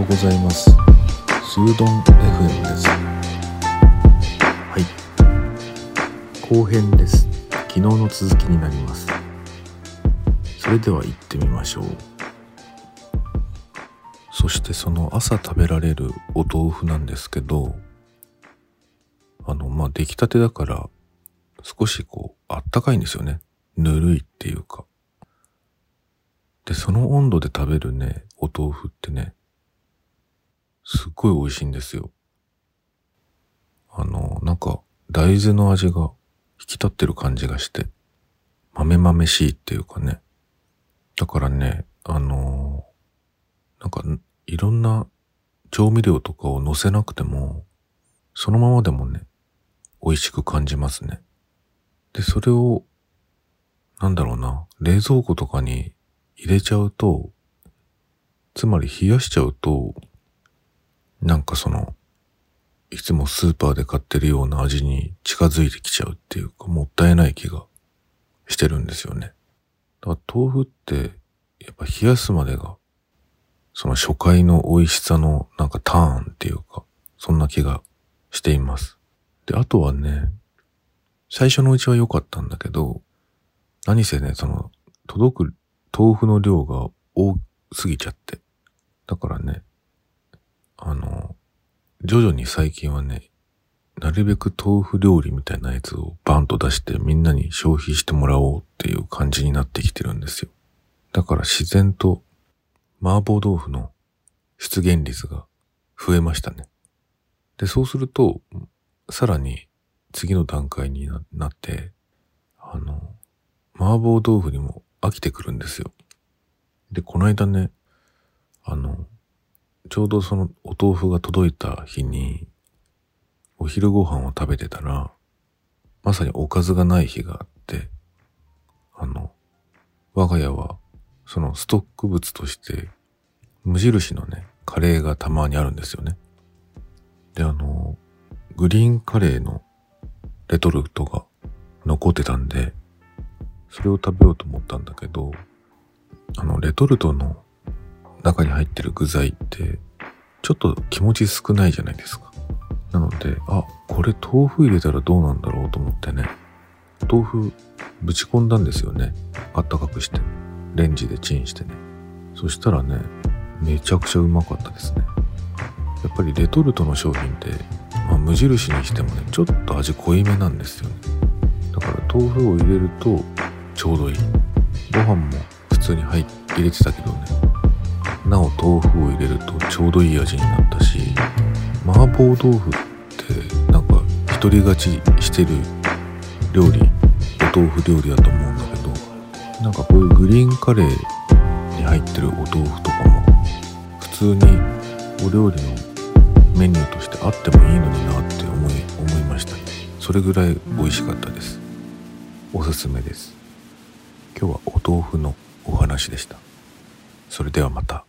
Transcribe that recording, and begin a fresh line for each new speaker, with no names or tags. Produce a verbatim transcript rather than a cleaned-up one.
ございます。スードン エフエム です。はい、後編です。昨日の続きになります。それでは行ってみましょう。そしてその朝食べられるお豆腐なんですけど、あのまあ出来たてだから少しこうあったかいんですよね。ぬるいっていうか。でその温度で食べるねお豆腐ってね、すっごい美味しいんですよ。あのなんか大豆の味が引き立ってる感じがして、豆豆しいっていうかね。だからね、あのー、なんかいろんな調味料とかを乗せなくても、そのままでもね、美味しく感じますね。で、それを、なんだろうな、冷蔵庫とかに入れちゃうと、つまり冷やしちゃうと、なんかその、いつもスーパーで買ってるような味に近づいてきちゃうっていうか、もったいない気がしてるんですよね。だから豆腐って、やっぱ冷やすまでが、その初回の美味しさのなんかターンっていうか、そんな気がしています。で、あとはね、最初のうちは良かったんだけど、何せね、その、届く豆腐の量が多すぎちゃって。だからね、あの、徐々に最近はね、なるべく豆腐料理みたいなやつをバンと出してみんなに消費してもらおうっていう感じになってきてるんですよ。だから自然と麻婆豆腐の出現率が増えましたね。で、そうすると、さらに次の段階になって、あの、麻婆豆腐にも飽きてくるんですよ。で、この間ね、あの、ちょうどそのお豆腐が届いた日に、お昼ご飯を食べてたら、まさにおかずがない日があって、あの、我が家はそのストック物として無印のね、カレーがたまにあるんですよね。で、あの、グリーンカレーのレトルトが残ってたんで、それを食べようと思ったんだけど、あの、レトルトの中に入ってる具材って、ちょっと気持ち少ないじゃないですか。なので、あ、これ豆腐入れたらどうなんだろうと思ってね、豆腐ぶち込んだんですよね。あったかくして。レンジでチンしてね。そしたらね、めちゃくちゃうまかったですね。やっぱりレトルトの商品って、まあ、無印にしてもね、ちょっと味濃いめなんですよね。だから豆腐を入れるとちょうどいい。ご飯も普通に入入れてたけどね、なお豆腐を入れるとちょうどいい味になったし、麻婆豆腐ってなんか一人勝ちしてる料理、お豆腐料理だと思うんだけど、なんかこういうグリーンカレーに入ってるお豆腐とかも普通にお料理のメニューとしてあってもいいのになって思い思いましたね。それぐらい美味しかったです。おすすめです。今日はお豆腐のお話でした。それではまた。